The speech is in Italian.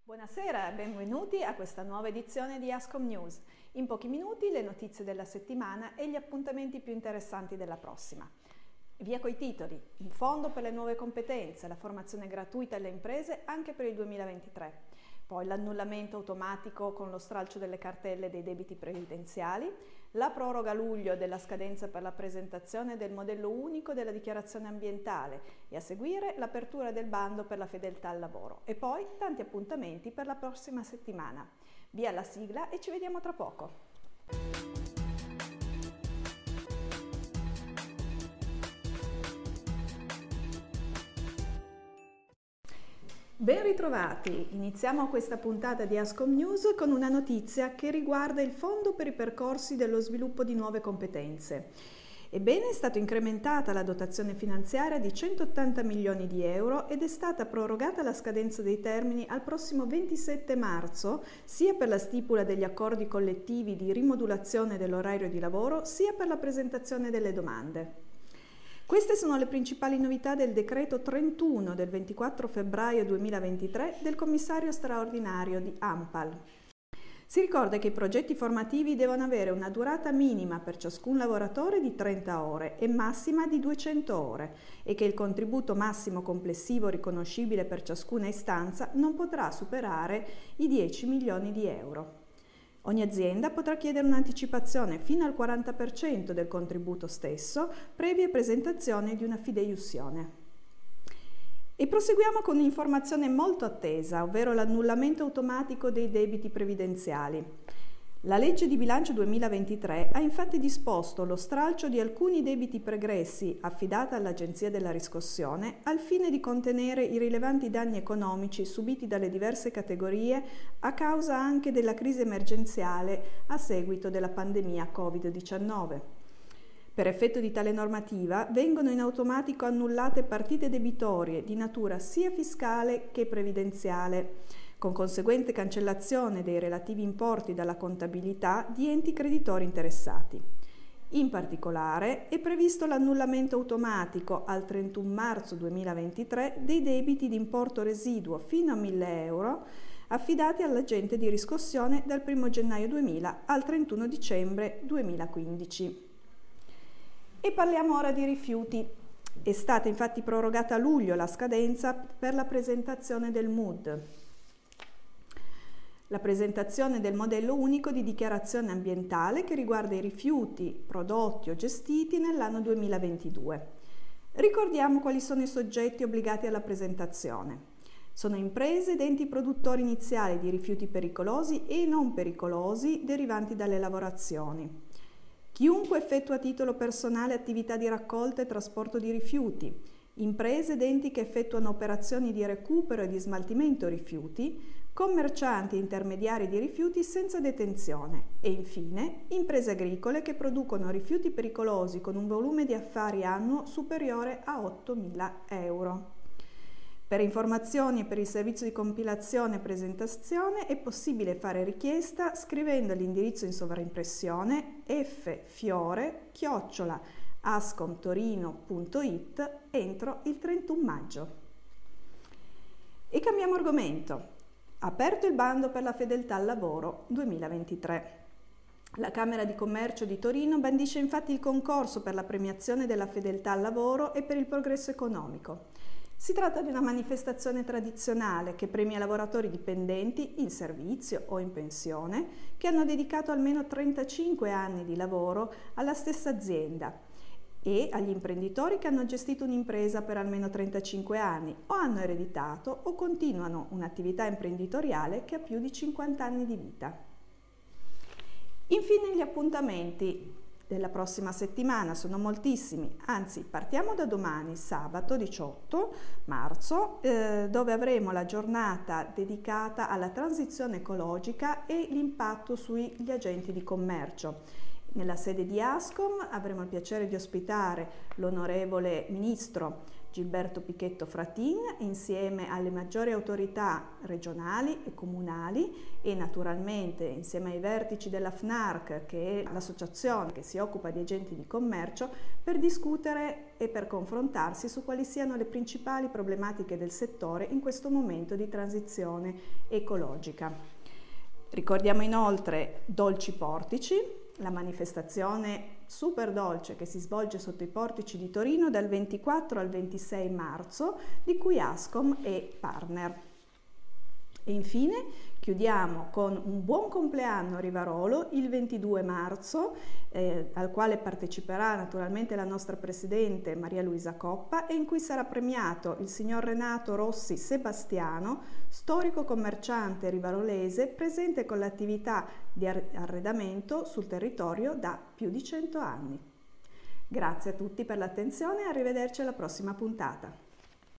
Buonasera e benvenuti a questa nuova edizione di Ascom News. In pochi minuti le notizie della settimana e gli appuntamenti più interessanti della prossima. Via coi titoli: un fondo per le nuove competenze, la formazione gratuita alle imprese anche per il 2023. Poi l'annullamento automatico con lo stralcio delle cartelle dei debiti previdenziali, la proroga a luglio della scadenza per la presentazione del modello unico della dichiarazione ambientale e a seguire l'apertura del bando per la fedeltà al lavoro e poi tanti appuntamenti per la prossima settimana. Via la sigla e ci vediamo tra poco. Ben ritrovati! Iniziamo questa puntata di Ascom News con una notizia che riguarda il Fondo per i percorsi dello sviluppo di nuove competenze. Ebbene, è stata incrementata la dotazione finanziaria di 180 milioni di euro ed è stata prorogata la scadenza dei termini al prossimo 27 marzo, sia per la stipula degli accordi collettivi di rimodulazione dell'orario di lavoro, sia per la presentazione delle domande. Queste sono le principali novità del decreto 31 del 24 febbraio 2023 del commissario straordinario di ANPAL. Si ricorda che i progetti formativi devono avere una durata minima per ciascun lavoratore di 30 ore e massima di 200 ore e che il contributo massimo complessivo riconoscibile per ciascuna istanza non potrà superare i 10 milioni di euro. Ogni azienda potrà chiedere un'anticipazione fino al 40% del contributo stesso, previa presentazione di una fideiussione. E proseguiamo con un'informazione molto attesa, ovvero l'annullamento automatico dei debiti previdenziali. La legge di bilancio 2023 ha infatti disposto lo stralcio di alcuni debiti pregressi affidata all'Agenzia della Riscossione al fine di contenere i rilevanti danni economici subiti dalle diverse categorie a causa anche della crisi emergenziale a seguito della pandemia Covid-19. Per effetto di tale normativa vengono in automatico annullate partite debitorie di natura sia fiscale che previdenziale, con conseguente cancellazione dei relativi importi dalla contabilità di enti creditori interessati. In particolare è previsto l'annullamento automatico al 31 marzo 2023 dei debiti di importo residuo fino a 1.000 euro affidati all'agente di riscossione dal 1 gennaio 2000 al 31 dicembre 2015. E parliamo ora di rifiuti. È stata infatti prorogata a luglio la scadenza per la presentazione del MUD. La presentazione del modello unico di dichiarazione ambientale che riguarda i rifiuti prodotti o gestiti nell'anno 2022. Ricordiamo quali sono i soggetti obbligati alla presentazione. Sono imprese ed enti produttori iniziali di rifiuti pericolosi e non pericolosi derivanti dalle lavorazioni. Chiunque effettua a titolo personale attività di raccolta e trasporto di rifiuti, imprese ed enti che effettuano operazioni di recupero e di smaltimento rifiuti, commercianti e intermediari di rifiuti senza detenzione e infine imprese agricole che producono rifiuti pericolosi con un volume di affari annuo superiore a 8.000 euro. Per informazioni e per il servizio di compilazione e presentazione è possibile fare richiesta scrivendo all'indirizzo in sovraimpressione ffiore@ascomtorino.it entro il 31 maggio. E cambiamo argomento. Aperto il bando per la fedeltà al lavoro 2023. La Camera di Commercio di Torino bandisce infatti il concorso per la premiazione della fedeltà al lavoro e per il progresso economico. Si tratta di una manifestazione tradizionale che premia lavoratori dipendenti in servizio o in pensione che hanno dedicato almeno 35 anni di lavoro alla stessa azienda e agli imprenditori che hanno gestito un'impresa per almeno 35 anni o hanno ereditato o continuano un'attività imprenditoriale che ha più di 50 anni di vita. Infine gli appuntamenti della prossima settimana sono moltissimi, anzi partiamo da domani, sabato 18 marzo, dove avremo la giornata dedicata alla transizione ecologica e l'impatto sugli agenti di commercio. Nella sede di Ascom avremo il piacere di ospitare l'onorevole ministro Gilberto Pichetto Fratin, insieme alle maggiori autorità regionali e comunali e naturalmente insieme ai vertici della FNARC, che è l'associazione che si occupa di agenti di commercio, per discutere e per confrontarsi su quali siano le principali problematiche del settore in questo momento di transizione ecologica. Ricordiamo inoltre Dolci Portici, la manifestazione super dolce che si svolge sotto i portici di Torino dal 24 al 26 marzo, di cui Ascom è partner. E infine chiudiamo con un buon compleanno a Rivarolo il 22 marzo, al quale parteciperà naturalmente la nostra presidente Maria Luisa Coppa e in cui sarà premiato il signor Renato Rossi Sebastiano, storico commerciante rivarolese presente con l'attività di arredamento sul territorio da più di 100 anni. Grazie a tutti per l'attenzione e arrivederci alla prossima puntata.